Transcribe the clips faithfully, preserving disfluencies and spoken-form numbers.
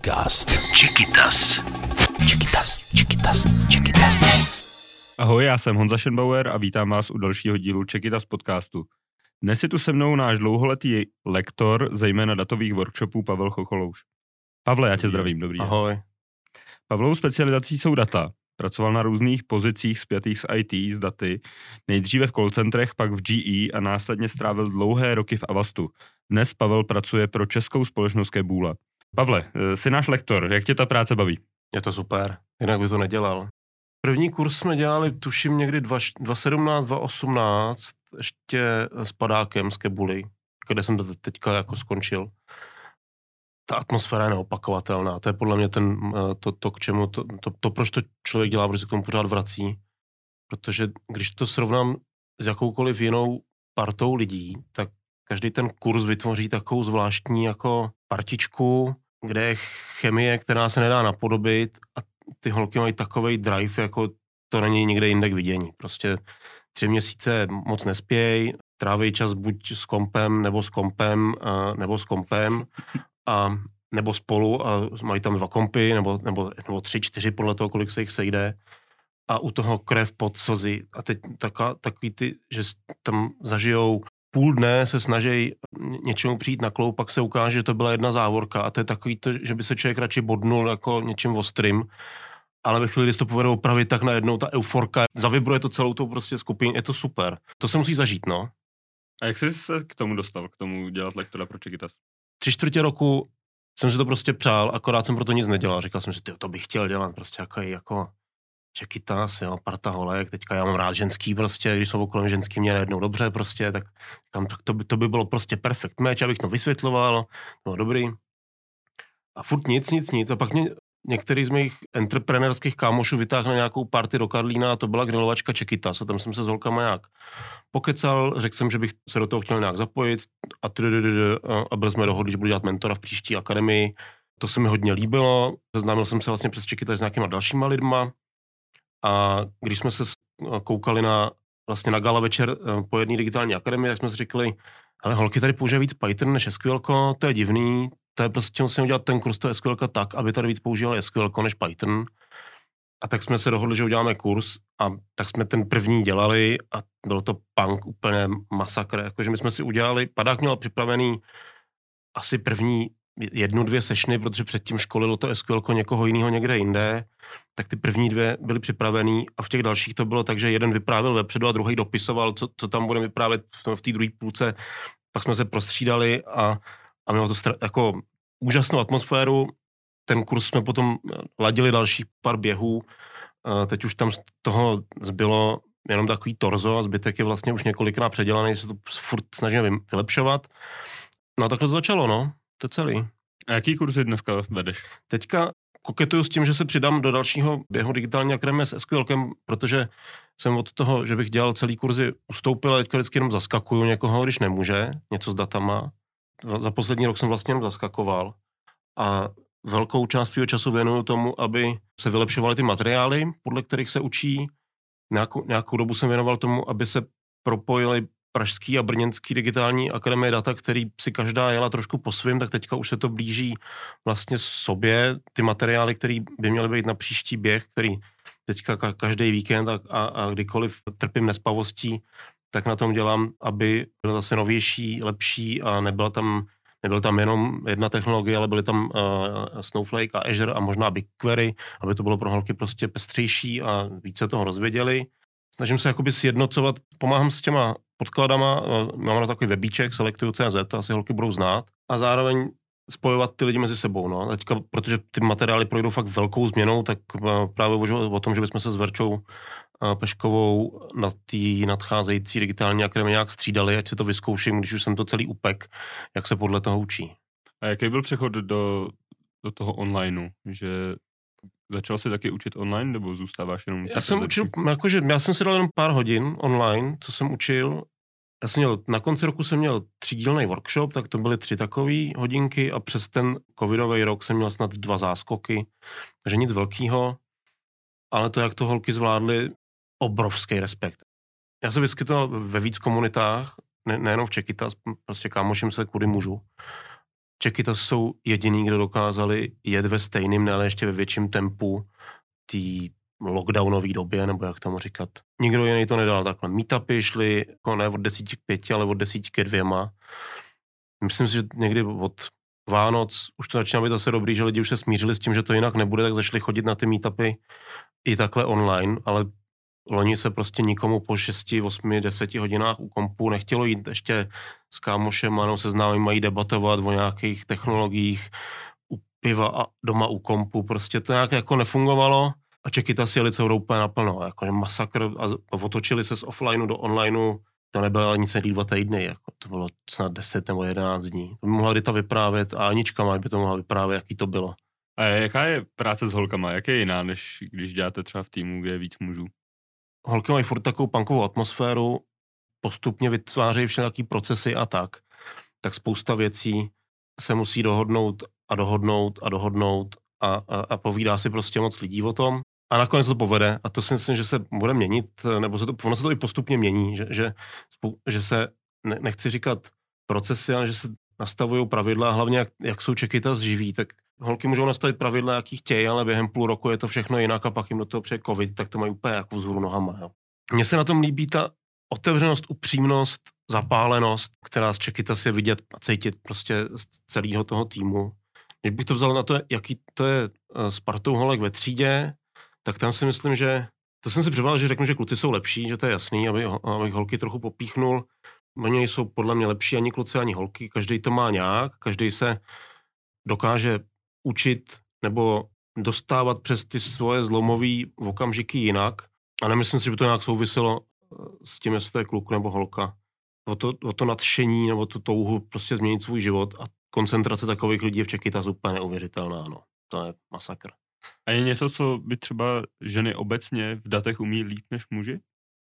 podcast Chiquitas. Chiquitas, Chiquitas, Chiquitas. Ahoj, já jsem Honza Schenbauer a vítám vás u dalšího dílu Chiquitas podcastu. Dnes je tu se mnou náš dlouholetý lektor, zejména datových workshopů, Pavel Chocholouš. Pavle, já tě zdravím, dobrý den. Ahoj. Pavlovou specializací jsou data. Pracoval na různých pozicích spjatých s í té, s daty, nejdříve v call centrech, pak v G E a následně strávil dlouhé roky v Avastu. Dnes Pavel pracuje pro českou společnost Kebula. Pavle, jsi náš lektor, jak tě ta práce baví? Je to super, jinak by to nedělal. První kurz jsme dělali, tuším, někdy dva tisíce sedmnáct, dva tisíce osmnáct, ještě s padákem z Kebuly, kde jsem to teďka jako skončil. Ta atmosféra je neopakovatelná, to je podle mě ten, to, to k čemu, to, to, to, proč to člověk dělá, protože se k tomu pořád vrací. Protože když to srovnám s jakoukoliv jinou partou lidí, tak každý ten kurz vytvoří takovou zvláštní jako partičku, kde je chemie, která se nedá napodobit a ty holky mají takovej drive, jako to není nikde jinde k vidění. Prostě tři měsíce moc nespěj, tráví čas buď s kompem, nebo s kompem, nebo s kompem, a, nebo spolu a mají tam dva kompy, nebo, nebo, nebo tři, čtyři podle toho, kolik se jich sejde. A u toho krev pod slzy. A teď taká, takový ty, že tam zažijou půl dne, se snaží něčemu přijít na kloub, pak se ukáže, že to byla jedna závorka a to je takový to, že by se člověk radši bodnul jako něčím ostrým, ale ve chvíli, kdy se to povede opravit, tak najednou ta euforka zavibruje to celou tou prostě skupinu, je to super. To se musí zažít, no. A jak jsi se k tomu dostal, k tomu dělat lektora pro Chiquitas? Tři čtvrtě roku jsem si to prostě přál, akorát jsem proto nic nedělal. Říkal jsem si, tyjo, to bych chtěl dělat, prostě jako, jako Chiquitas, jo, parta holek, teďka já mám rád ženský prostě, když jsou okolo ženský mě najednou dobře prostě, tak, tak to, by, to by bylo prostě perfekt match, abych to vysvětloval, no dobrý. A furt nic, nic, nic. A pak mě některý z mých entreprenérských kámošů vytáhl na nějakou party do Karlína a to byla grilovačka Chiquitas a tam jsem se s holkama nějak pokecal, řekl jsem, že bych se do toho chtěl nějak zapojit a, a byli jsme dohodli, že budu dělat mentora v příští akademii. To se mi hodně líbilo, seznámil jsem se vlastně přes Chiquitas s nějakýma dalšíma lidma. A když jsme se koukali na, vlastně na gala večer po jedné digitální akademii, tak jsme si řekli, ale holky tady používají víc Python než S Q L, to je divný, to je prostě musím udělat ten kurz to S Q L tak, aby tady víc používali S Q L než Python. A tak jsme se dohodli, že uděláme kurz a tak jsme ten první dělali a bylo to punk, úplně masakr, jakože my jsme si udělali, padák měl připravený asi první jednu, dvě sešny, protože předtím školilo to S Q L někoho jiného někde jinde, tak ty první dvě byly připravený a v těch dalších to bylo tak, že jeden vyprávěl vepředu a druhý dopisoval, co, co tam budeme vyprávět v, v té druhé půlce. Pak jsme se prostřídali a, a mělo to stra- jako úžasnou atmosféru. Ten kurz jsme potom ladili dalších pár běhů. Teď už tam z toho zbylo jenom takový torzo a zbytek je vlastně už několikrát předělaný, se to furt snažíme vylepšovat. No a takhle to začalo, no. To je celý. A jaký kurzy dneska vedeš? Teďka koketuju s tím, že se přidám do dalšího běhu digitální akademie s SQLkem, protože jsem od toho, že bych dělal celý kurzy, ustoupil a teďka vždycky jenom zaskakuju někoho, když nemůže, něco s datama. Za poslední rok jsem vlastně jenom zaskakoval a velkou část svého času věnuju tomu, aby se vylepšovaly ty materiály, podle kterých se učí. Nějakou, nějakou dobu jsem věnoval tomu, aby se propojily pražský a brněnský digitální akademie data, který si každá jela trošku po svým, tak teďka už se to blíží vlastně sobě, ty materiály, které by měly být na příští běh, který teďka každý víkend a, a, a kdykoliv trpím nespavostí, tak na tom dělám, aby byl zase novější, lepší a nebyla tam, nebyl tam jenom jedna technologie, ale byly tam uh, Snowflake a Azure a možná BigQuery, aby to bylo pro holky prostě pestřejší a více toho rozvěděli. Snažím se jakoby sjednocovat, pomáhám s těma podkladama, mám na takový webíček, selektuju tečka cé zet, to asi holky budou znát, a zároveň spojovat ty lidi mezi sebou. No. Teďka, protože ty materiály projdou fakt velkou změnou, tak právě uvažuji o tom, že bychom se s Verčou Peškovou na té nadcházející digitální akademii nějak střídali, ať si to vyzkouším, když už jsem to celý upek, jak se podle toho učí. A jaký byl přechod do, do toho onlineu, že začal se taky učit online, nebo zůstáváš jenom... Já jsem učil, jakože, já jsem si dal jenom pár hodin online, co jsem učil. Já jsem měl, na konci roku jsem měl třídílný workshop, tak to byly tři takové hodinky a přes ten covidový rok jsem měl snad dva záskoky, takže nic velkýho, ale to, jak to holky zvládly, obrovský respekt. Já se vyskytoval ve víc komunitách, ne, nejenom v Chiquitas, prostě kámoším se kudy můžu. Chiquitas jsou jediný, kdo dokázali jet ve stejným, ne ale ještě ve větším tempu té lockdownové době, nebo jak tomu říkat. Nikdo jiný to nedal takhle. Meetupy šly jako ne od desíti k pěti, ale od desíti ke dvěma. Myslím si, že někdy od Vánoc už to začíná být zase dobrý, že lidi už se smířili s tím, že to jinak nebude, tak začali chodit na ty meetupy i takhle online, ale loni se prostě nikomu po šesti, osmi, deseti hodinách u kompu nechtělo jít ještě s kámošem, ano, se známým mají debatovat o nějakých technologiích u piva a doma u kompu. Prostě to nějak jako nefungovalo a Chiquitas jeli celou úplně naplno. Jakože masakr a otočili se z offlineu do onlineu. To nebylo nic celý dva týdny, jako to bylo snad deset nebo jedenáct dní. To by mohla Rita vyprávět a Anička má, by to mohla vyprávět, jaký to bylo. A jaká je práce s holkama? Jak je jiná, než když děláte třeba v týmu, kde je víc mužů? Holky mají furt takovou punkovou atmosféru, postupně vytvářejí všelijaký procesy a tak. Tak spousta věcí se musí dohodnout a dohodnout a dohodnout a, a, a povídá si prostě moc lidí o tom. A nakonec to povede a to si myslím, že se bude měnit, nebo se to, ono se to i postupně mění, že, že, že se, ne, nechci říkat procesy, ale že se nastavují pravidla a hlavně jak, jak jsou Chiquitas živí, tak holky můžou nastavit pravidla, jaký chtějí, ale během půl roku je to všechno jinak a pak jim do toho přijde covid, tak to mají úplně jako vzhůru nohama. Jo. Mně se na tom líbí ta otevřenost, upřímnost, zapálenost, která z Chiquitas je vidět a cítit prostě z celého toho týmu. Když bych to vzal na to, jaký to je s partou holek ve třídě, tak tam si myslím, že to jsem si předval, že řeknu, že kluci jsou lepší, že to je jasný, aby, abych holky trochu popíchnul. Oni jsou podle mě lepší ani kluci, ani holky, každý to má nějak, každý se dokáže učit nebo dostávat přes ty svoje zlomové okamžiky jinak a nemyslím si, že by to nějak souviselo s tím, jestli to je kluk nebo holka. O to, o to nadšení nebo tu touhu prostě změnit svůj život a koncentrace takových lidí v Chiquitas úplně neuvěřitelná, no. To je masakr. A je něco, co by třeba ženy obecně v datech umí líp než muži?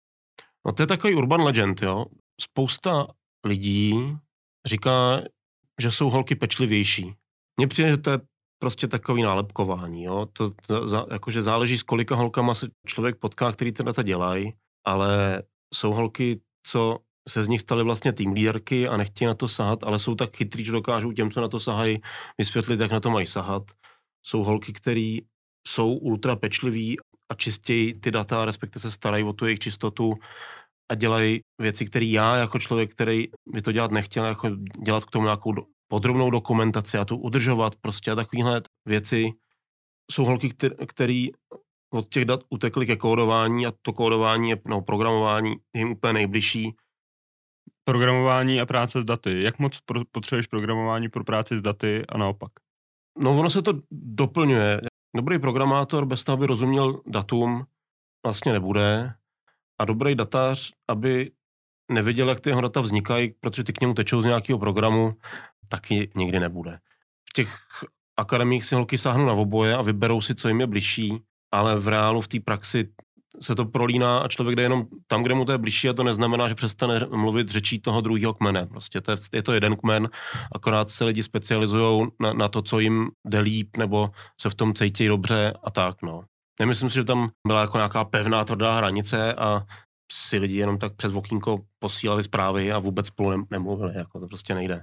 No to je takový urban legend, jo. Spousta lidí říká, že jsou holky pečlivější. Mně přijde, že to je prostě takový nálepkování, jo. To, to za, jakože záleží, s kolika holkama se člověk potká, který ty data dělají, ale jsou holky, co se z nich staly vlastně team leaderky a nechtějí na to sahat, ale jsou tak chytrý, že dokážou těm, co na to sahají, vysvětlit, jak na to mají sahat. Jsou holky, které jsou ultra pečliví a čistějí ty data, respektive se starají o tu jejich čistotu a dělají věci, které já jako člověk, který by to dělat nechtěl, jako dělat k tomu nějakou do, podrobnou dokumentaci a tu udržovat prostě a takovýhle věci. Jsou holky, které od těch dat utekly ke kódování a to kódování je, no, programování je jim úplně nejbližší. Programování a práce s daty. Jak moc pro, potřebuješ programování pro práci s daty a naopak? No ono se to doplňuje. Dobrý programátor bez toho, aby rozuměl datum, vlastně nebude. A dobrý datář, aby nevěděl, jak ty jeho data vznikají, protože ty k němu tečou z nějakého programu, taky nikdy nebude. V těch akademiích si holky sáhnou na oboje a vyberou si, co jim je bližší, ale v reálu, v té praxi se to prolíná a člověk jde jenom tam, kde mu to je bližší a to neznamená, že přestane mluvit řečí toho druhého kmene. Prostě to je, je to jeden kmen, akorát se lidi specializují na, na to, co jim jde líp, nebo se v tom cítí dobře a tak, no. Nemyslím si, že tam byla jako nějaká pevná, tvrdá hranice a si lidi jenom tak přes okýnko posílali zprávy a vůbec spolu nemluvili, jako to prostě nejde.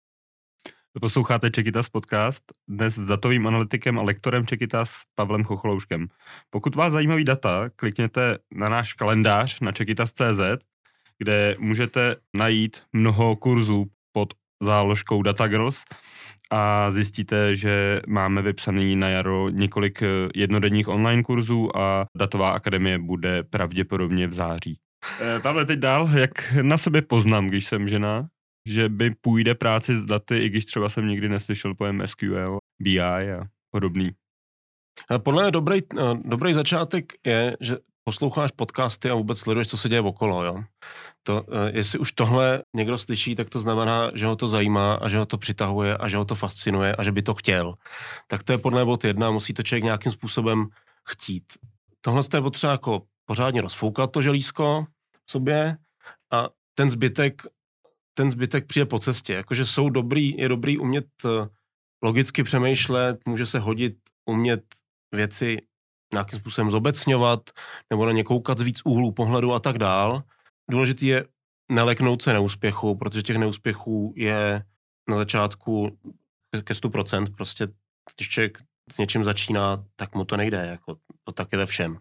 Posloucháte Chiquitas podcast, dnes s datovým analytikem a lektorem Chiquitas Pavlem Chocholouškem. Pokud vás zajímaví data, klikněte na náš kalendář na chiquitas tečka cé zet, kde můžete najít mnoho kurzů pod záložkou Data Girls a zjistíte, že máme vypsaný na jaro několik jednodenních online kurzů a Datová akademie bude pravděpodobně v září. E, Pavle, teď dál, jak na sebe poznám, když jsem žena, že by půjde práci s daty, i když třeba jsem nikdy neslyšel pojem es kú el, bé í a podobný. Podle mě dobrý, dobrý začátek je, že posloucháš podcasty a vůbec sleduješ, co se děje okolo. Jo? To, jestli už tohle někdo slyší, tak to znamená, že ho to zajímá a že ho to přitahuje a že ho to fascinuje a že by to chtěl. Tak to je podle mě bod jedna, musí to člověk nějakým způsobem chtít. Tohle je potřeba jako pořádně rozfoukat to želízko v sobě a ten zbytek ten zbytek přijde po cestě. Jakože jsou dobrý, je dobrý umět logicky přemýšlet, může se hodit umět věci nějakým způsobem zobecňovat nebo na ně koukat z víc úhlů pohledu a tak dál. Důležitý je neleknout se neúspěchu, protože těch neúspěchů je na začátku ke sto procent, prostě když člověk s něčím začíná, tak mu to nejde, jako to taky ve všem.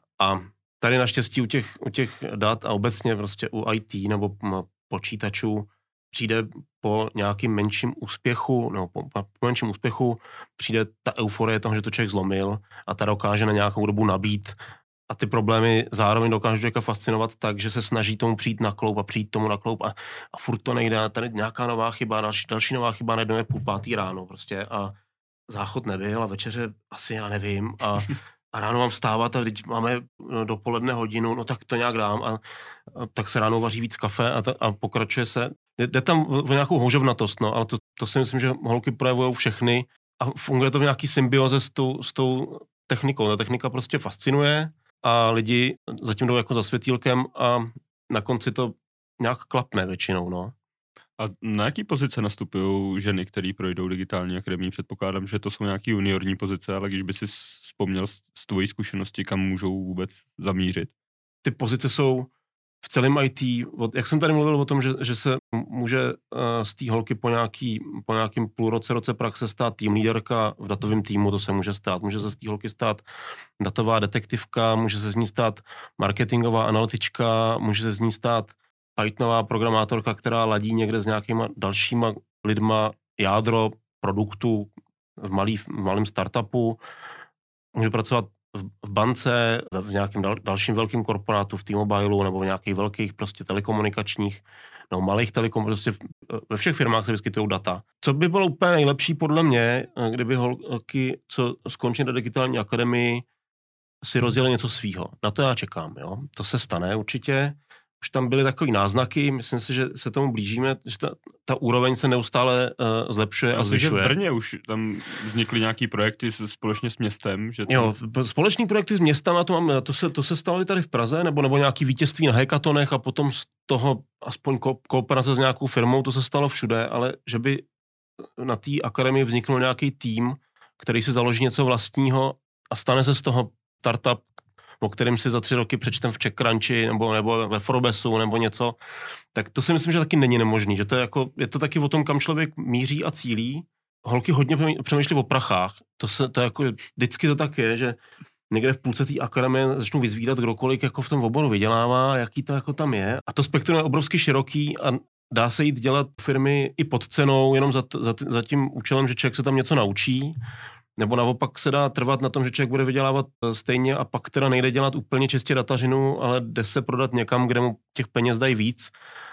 A tady naštěstí u těch, u těch dat a obecně prostě u í té nebo počítačů přijde po nějakým menším úspěchu, nebo po, po menším úspěchu přijde ta euforie toho, že to člověk zlomil a ta dokáže na nějakou dobu nabít a ty problémy zároveň dokážou člověka fascinovat tak, že se snaží tomu přijít na kloup a přijít tomu na kloup a, a furt to nejde a tady nějaká nová chyba, další, další nová chyba, najednou je půl pátý ráno prostě a záchod nebyl a večeře asi já nevím a, a ráno mám vstávat a teď máme dopoledne hodinu, no tak to nějak dám a, a tak se ráno vaří víc kafe a, ta, a pokračuje se. Jde tam o nějakou houževnatost, no, ale to, to si myslím, že holky projevují všechny a funguje to v nějaký symbioze s tou, s tou technikou. Ta technika prostě fascinuje a lidi zatím jdou jako za světýlkem a na konci to nějak klapne většinou, no. A na jaký pozice nastupují ženy, které projdou digitální akademii? Předpokládám, že to jsou nějaký juniorní pozice, ale když by si vzpomněl z tvojí zkušenosti, kam můžou vůbec zamířit? Ty pozice jsou v celém í té, jak jsem tady mluvil o tom, že, že se může uh, z té holky po, nějaký, po nějakým půl roce, roce praxe stát tým líderka v datovém týmu, to se může stát. Může se z té holky stát datová detektivka, může se z ní stát marketingová analytička, může se z ní stát Pythonová programátorka, která ladí někde s nějakýma dalšíma lidma jádro produktu v, malý, v malém startupu. Může pracovat v bance, v nějakém dal, dalším velkým korporátu, v T-Mobileu nebo v nějakých velkých prostě telekomunikačních, no malých telekomunikačních, prostě ve všech firmách se vyskytují data. Co by bylo úplně nejlepší podle mě, kdyby holky, co skončí na digitální akademii, si rozjeli něco svýho. Na to já čekám, jo. To se stane určitě. Už tam byly takový náznaky, myslím si, že se tomu blížíme, že ta, ta úroveň se neustále uh, zlepšuje a zvyšuje. V Brně už tam vznikly nějaký projekty společně s městem. Že tam... Jo, společný projekty s městem, to, mám, to, se, to se stalo i tady v Praze, nebo, nebo nějaký vítězství na hackathonech a potom z toho aspoň ko, kooperace s nějakou firmou, to se stalo všude, ale že by na té akademii vzniknul nějaký tým, který si založí něco vlastního a stane se z toho startup, o kterým si za tři roky přečtem v CheckCrunchi nebo, nebo ve Forbesu nebo něco, tak to si myslím, že taky není nemožný, že to je, jako, je to taky o tom, kam člověk míří a cílí. Holky hodně přemýšlí o prachách, to, se, to jako, vždycky to tak je, že někde v půlce té akademie začnou vyzvídat kdokoliv jako v tom oboru vydělává, jaký to jako tam je. A to spektrum je obrovsky široký a dá se jít dělat firmy i pod cenou, jenom za, za, za tím účelem, že člověk se tam něco naučí. Nebo naopak se dá trvat na tom, že člověk bude vydělávat stejně a pak teda nejde dělat úplně čistě datařinu, ale jde se prodat někam, kde mu těch peněz dají víc,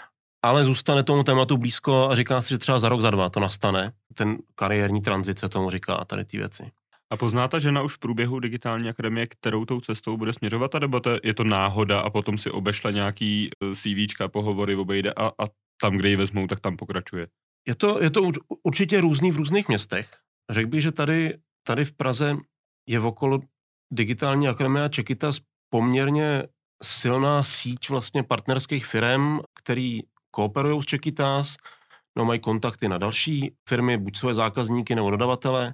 ale zůstane tomu tématu blízko a říká si, že třeba za rok, za dva to nastane. Ten kariérní tranzice tomu říká tady ty věci. A pozná ta žena už v průběhu digitální akademie, kterou tou cestou bude směřovat, nebo to je to náhoda a potom si obešle nějaký CVčka, pohovory obejde a, a tam, kde ji vezmou, tak tam pokračuje? Je to, je to určitě různý v různých městech. Řekl bych, že tady Tady v Praze je okolo digitální akademie a Czechitas poměrně silná síť vlastně partnerských firm, který kooperují s Czechitas, no mají kontakty na další firmy, buď své zákazníky nebo dodavatele.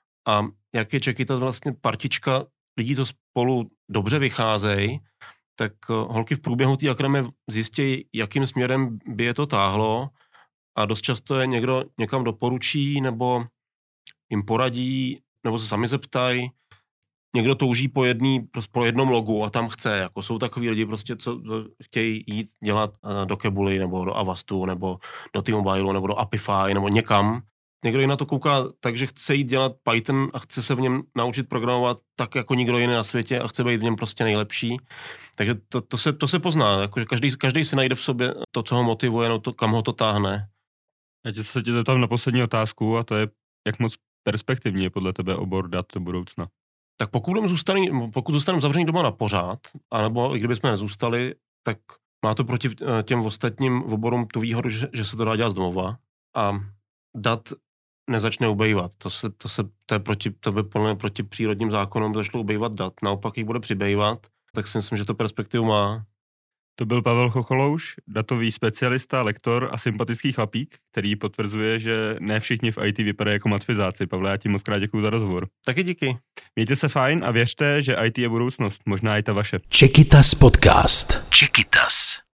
A jak je Czechitas vlastně partička lidí, co spolu dobře vycházejí, tak holky v průběhu té akademie zjistějí, jakým směrem by je to táhlo a dost často je někdo někam doporučí nebo jim poradí, nebo se sami zeptají, někdo touží po, jedný, po jednom logu a tam chce, jako jsou takový lidi prostě, co chtějí jít dělat do Kebuly, nebo do Avastu, nebo do T-Mobileu, nebo do Apify, nebo někam. Někdo jiný na to kouká tak, že chce jít dělat Python a chce se v něm naučit programovat tak, jako nikdo jiný na světě a chce být v něm prostě nejlepší. Takže to, to, se, to se pozná, jako každý, každý si najde v sobě to, co ho motivuje, no to, kam ho to táhne. Já se tě zeptám na poslední otázku a to je, jak moc perspektivní je podle tebe obor dat do budoucna? Tak pokud zůstaneme pokud zůstaneme zavření doma na pořád, anebo i kdybychom nezůstali, tak má to proti těm ostatním oborům tu výhodu, že, že se to dá dělat z domova a dat nezačne ubejvat. To, se, to, se, to, je proti, to by podle mě proti přírodním zákonům začalo ubejvat dat. Naopak jich bude přibývat, tak si myslím, že to perspektivu má. To byl Pavel Chocholouš, datový specialista, lektor a sympatický chlapík, který potvrzuje, že ne všichni v í té vypadají jako matfizáci. Pavle, já ti moc krát děkuju za rozhovor. Taky díky. Mějte se fajn a věřte, že í té je budoucnost, možná i ta vaše. Czechitas podcast. Czechitas.